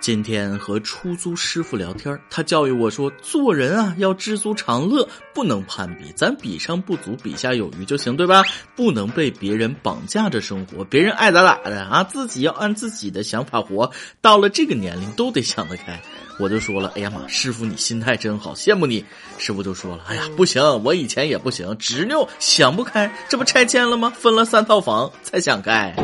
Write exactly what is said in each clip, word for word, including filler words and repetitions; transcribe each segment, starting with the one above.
今天和出租师傅聊天，他教育我说，做人啊要知足常乐，不能攀比，咱比上不足，比下有余就行，对吧？不能被别人绑架着生活，别人爱咋咋的啊，自己要按自己的想法活。到了这个年龄都得想得开。我就说了，哎呀妈，师傅你心态真好，羡慕你。师傅就说了，哎呀不行，我以前也不行，执拗想不开，这不拆迁了吗？分了三套房才想开。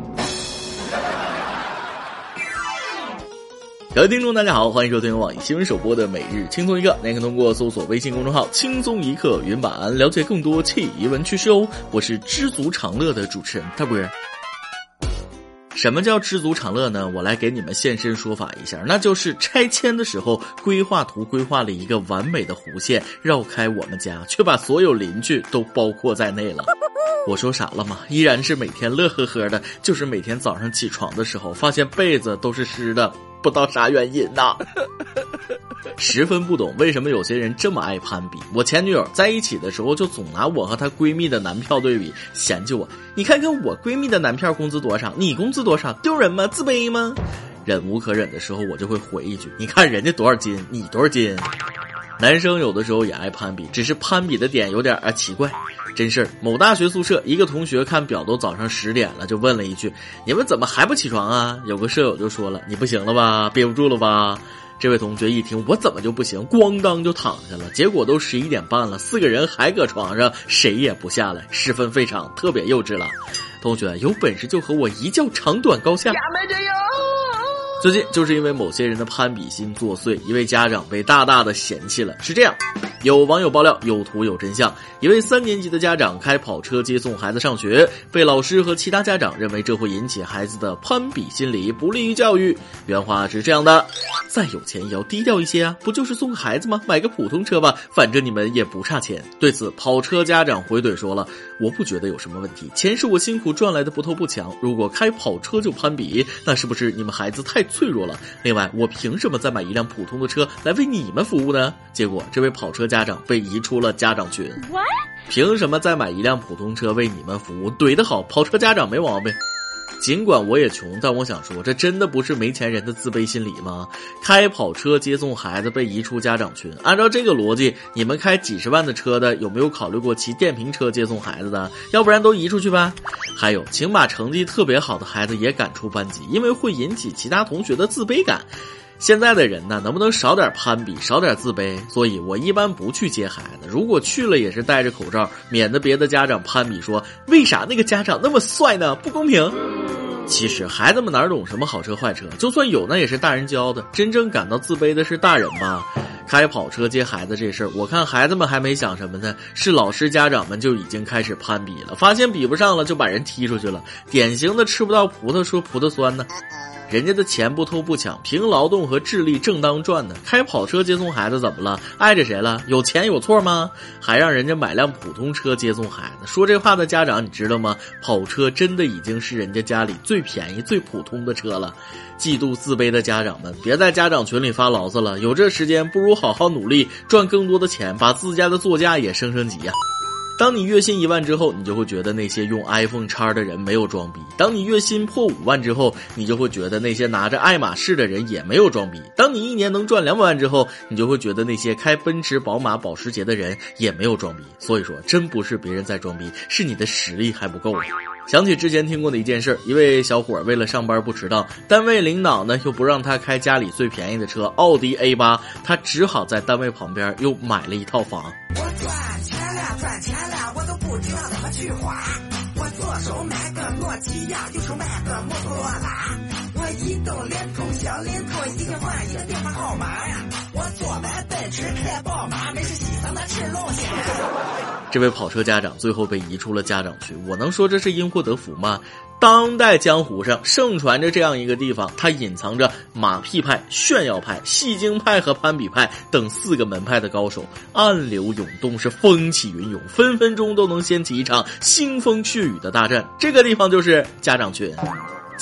各位听众大家好，欢迎收听网易新闻首播的每日轻松一刻，您可通过搜索微信公众号轻松一刻云版了解更多奇闻趣事哦。我是知足常乐的主持人大波。什么叫知足常乐呢？我来给你们现身说法一下，那就是拆迁的时候规划图规划了一个完美的弧线绕开我们家，却把所有邻居都包括在内了。我说傻了吗？依然是每天乐呵呵的，就是每天早上起床的时候发现被子都是湿的，不知道啥原因呐。十分不懂为什么有些人这么爱攀比。我前女友在一起的时候就总拿我和她闺蜜的男票对比，嫌弃我，你看看我闺蜜的男票工资多少，你工资多少，丢人吗？自卑吗？忍无可忍的时候我就会回一句，你看人家多少斤，你多少斤。男生有的时候也爱攀比，只是攀比的点有点啊奇怪。真事儿，某大学宿舍一个同学看表都早上十点了，就问了一句，你们怎么还不起床啊？有个舍友就说了，你不行了吧，憋不住了吧？这位同学一听我怎么就不行，咣当就躺下了。结果都十一点半了，四个人还搁床上，谁也不下来，十分非常特别幼稚了。同学有本事就和我一较长短高下。最近就是因为某些人的攀比心作祟，一位家长被大大的嫌弃了。是这样，有网友爆料，有图有真相，一位三年级的家长开跑车接送孩子上学，被老师和其他家长认为这会引起孩子的攀比心理，不利于教育。原话是这样的，再有钱也要低调一些啊，不就是送个孩子吗？买个普通车吧，反正你们也不差钱。对此跑车家长回怼说了，我不觉得有什么问题，钱是我辛苦赚来的不偷不抢，如果开跑车就攀比，那是不是你们孩子太脆弱了？另外我凭什么再买一辆普通的车来为你们服务呢？结果这位跑车家长被移出了家长群。凭什么再买一辆普通车为你们服务？怼得好，跑车家长没毛病。尽管我也穷，但我想说，这真的不是没钱人的自卑心理吗？开跑车接送孩子被移出家长群，按照这个逻辑，你们开几十万的车的有没有考虑过骑电瓶车接送孩子的？要不然都移出去吧。还有，请把成绩特别好的孩子也赶出班级，因为会引起其他同学的自卑感。现在的人呢，能不能少点攀比，少点自卑？所以我一般不去接孩子，如果去了也是戴着口罩，免得别的家长攀比说，为啥那个家长那么帅呢？不公平。其实孩子们哪懂什么好车坏车，就算有那也是大人教的，真正感到自卑的是大人吧。开跑车接孩子这事儿，我看孩子们还没想什么呢，是老师家长们就已经开始攀比了，发现比不上了就把人踢出去了，典型的吃不到葡萄说葡萄酸呢。人家的钱不偷不抢，凭劳动和智力正当赚的，开跑车接送孩子怎么了？碍着谁了？有钱有错吗？还让人家买辆普通车接送孩子，说这话的家长你知道吗？跑车真的已经是人家家里最便宜最普通的车了。嫉妒自卑的家长们，别在家长群里发牢骚了，有这时间不如好好努力赚更多的钱，把自家的座驾也升升级呀。当你月薪一万之后，你就会觉得那些用 iPhone X 的人没有装逼；当你月薪破五万之后，你就会觉得那些拿着爱马仕的人也没有装逼；当你一年能赚两百万之后，你就会觉得那些开奔驰、宝马、保时捷的人也没有装逼。所以说，真不是别人在装逼，是你的实力还不够。想起之前听过的一件事，一位小伙为了上班不迟到，单位领导呢又不让他开家里最便宜的车奥迪 A 八，他只好在单位旁边又买了一套房。我赚钱了赚钱了，我都不知道怎么去花，我左手买个诺基亚，右手买个摩托罗拉，我移动联通小灵通一天换一个电话号码呀，我坐买奔驰开宝马，没事西藏的吃龙虾。这位跑车家长最后被移出了家长群，我能说这是因祸得福吗？当代江湖上盛传着这样一个地方，它隐藏着马屁派、炫耀派、戏精派和攀比派等四个门派的高手，暗流涌动，是风起云涌，分分钟都能掀起一场腥风血雨的大战。这个地方就是家长群。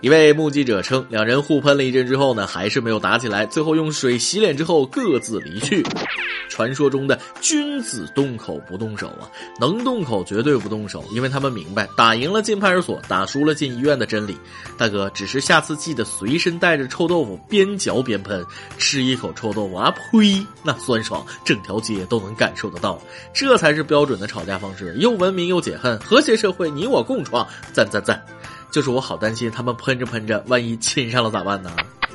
一位目击者称，两人互喷了一阵之后呢，还是没有打起来，最后用水洗脸之后各自离去。传说中的君子动口不动手啊，能动口绝对不动手，因为他们明白打赢了进派出所，打输了进医院的真理。大哥，只是下次记得随身带着臭豆腐，边嚼边喷，吃一口臭豆腐啊呸，那酸爽整条街都能感受得到，这才是标准的吵架方式，又文明又解恨，和谐社会你我共创，赞赞赞。就是我好担心他们喷着喷着万一亲上了咋办呢？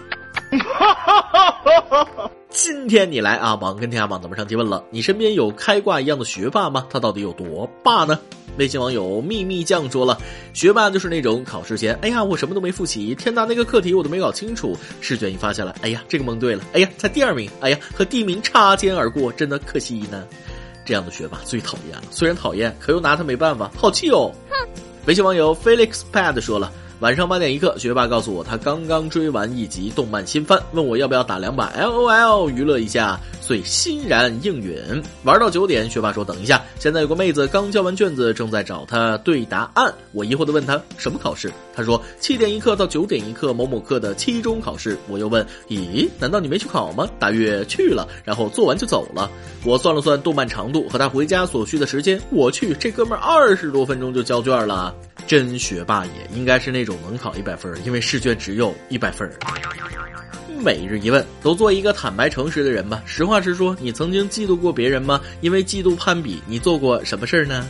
今天你来啊，网跟天下网怎么上提问了，你身边有开挂一样的学霸吗？他到底有多霸呢？微信网友秘密酱说了，学霸就是那种考试前，哎呀我什么都没复习，天哪那个课题我都没搞清楚，试卷一发下来，哎呀这个蒙对了，哎呀才第二名，哎呀和第一名擦肩而过，真的可惜呢。这样的学霸最讨厌了，虽然讨厌，可又拿他没办法，好气哦。微信网友 Felix Pad 说了，晚上八点一刻，学霸告诉我他刚刚追完一集动漫新番，问我要不要打两把 L O L 娱乐一下，遂欣然应允。玩到九点，学霸说等一下，现在有个妹子刚交完卷子，正在找他对答案。我疑惑地问他什么考试，他说七点一刻到九点一刻某某课的期中考试。我又问，咦，难道你没去考吗？答曰去了，然后做完就走了。我算了算动漫长度和他回家所需的时间，我去，这哥们儿二十多分钟就交卷了。真学霸也应该是那种能考一百分，因为试卷只有一百分。每日一问，都做一个坦白诚实的人吧。实话实说，你曾经嫉妒过别人吗？因为嫉妒攀比，你做过什么事儿呢？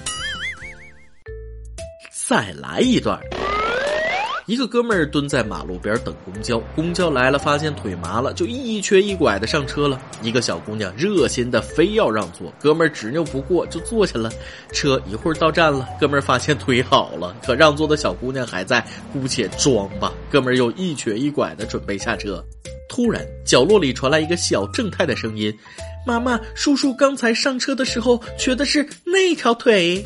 再来一段。一个哥们儿蹲在马路边等公交，公交来了，发现腿麻了，就一瘸一拐的上车了。一个小姑娘热心的非要让座，哥们儿执拗不过，就坐下了。车一会儿到站了，哥们儿发现腿好了，可让座的小姑娘还在，姑且装吧。哥们儿又一瘸一拐的准备下车，突然角落里传来一个小正太的声音：妈妈，叔叔刚才上车的时候瘸的是那条腿。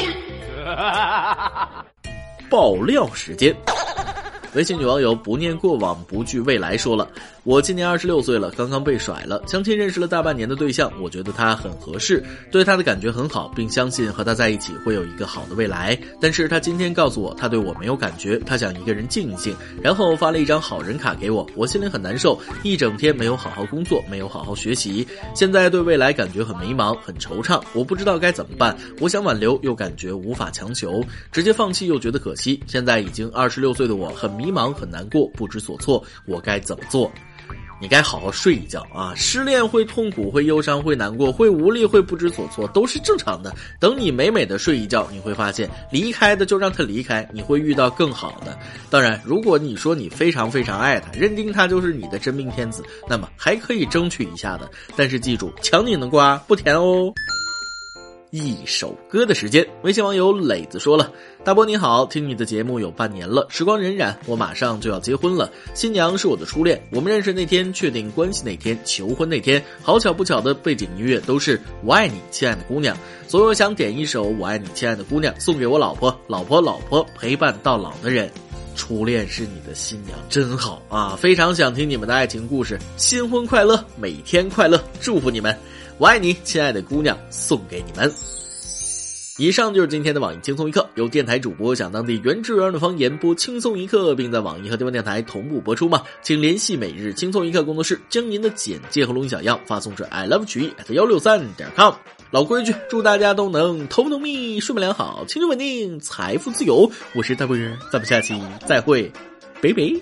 爆料时间。微信女网友不念过往不惧未来说了，我今年二十六岁了，刚刚被甩了，相亲认识了大半年的对象，我觉得他很合适，对他的感觉很好，并相信和他在一起会有一个好的未来。但是他今天告诉我他对我没有感觉，他想一个人静一静，然后发了一张好人卡给我，我心里很难受，一整天没有好好工作，没有好好学习，现在对未来感觉很迷茫，很惆怅，我不知道该怎么办，我想挽留又感觉无法强求，直接放弃又觉得可惜，现在已经二十六岁的我很迷茫很难过，不知所措，我该怎么做？你该好好睡一觉啊！失恋会痛苦，会忧伤，会难过，会无力，会不知所措，都是正常的。等你美美的睡一觉，你会发现离开的就让他离开，你会遇到更好的。当然，如果你说你非常非常爱他，认定他就是你的真命天子，那么还可以争取一下的。但是记住，抢你的瓜不甜哦。一首歌的时间，微信网友磊子说了，大波你好，听你的节目有半年了，时光荏苒，我马上就要结婚了，新娘是我的初恋，我们认识那天，确定关系那天，求婚那天，好巧不巧的背景音乐都是我爱你亲爱的姑娘，所以我想点一首我爱你亲爱的姑娘送给我老婆，老婆老婆陪伴到老的人。初恋是你的新娘真好啊，非常想听你们的爱情故事，新婚快乐，每天快乐，祝福你们，我爱你亲爱的姑娘，送给你们。以上就是今天的网易轻松一刻，由电台主播讲当地原汁原味的方言播轻松一刻，并在网易和地方电台同步播出吗？请联系每日轻松一刻工作室，将您的简介和录音小样发送至 i love 曲艺 at 一六三点 com。老规矩，祝大家都能头发浓密，睡眠良好，情绪稳定，财富自由。我是大波儿，咱们下期再会，拜拜。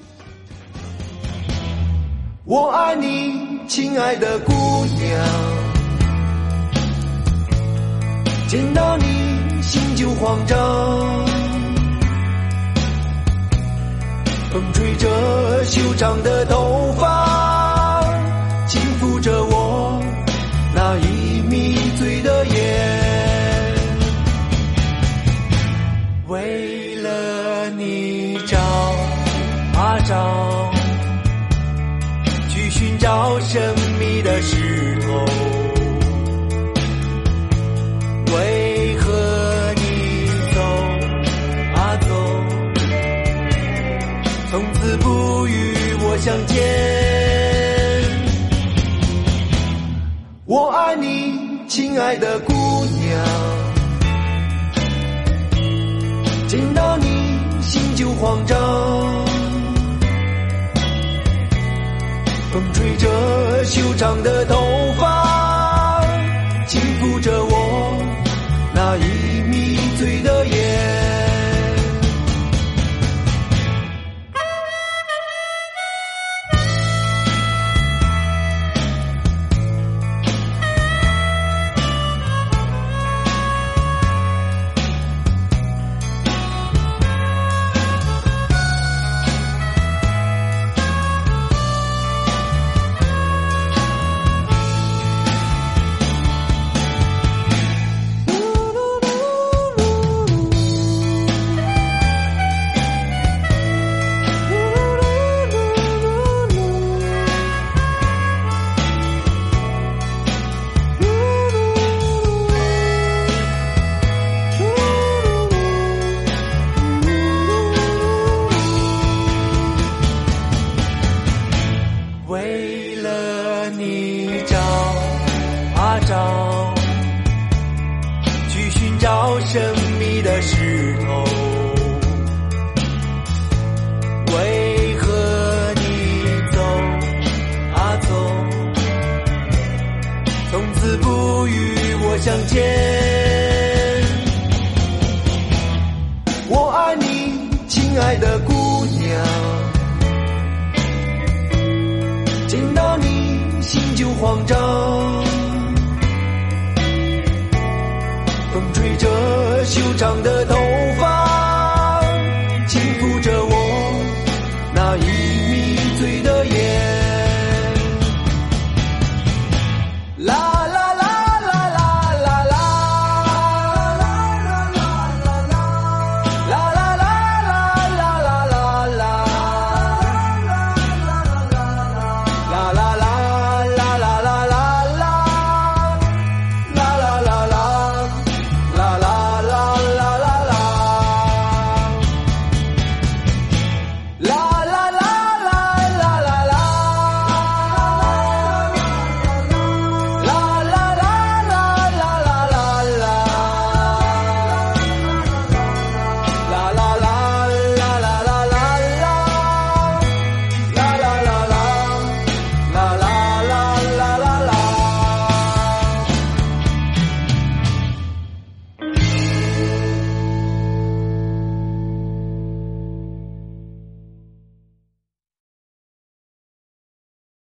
我爱你，亲爱的姑娘，见到你心就慌张，风吹着修长的头发，轻抚着我那已迷醉的眼，为了你找啊找，去寻找神秘的石头，为何你走啊走，从此不与我相见。我爱你，亲爱的姑娘，见到你心就慌张， 风吹着修长的头发，轻抚着我那已迷醉的眼。为了你找啊找，去寻找神秘的石头。为何你走啊走，从此不与我相见。我爱你，亲爱的姑娘，见到你心就慌张，风吹着修长的头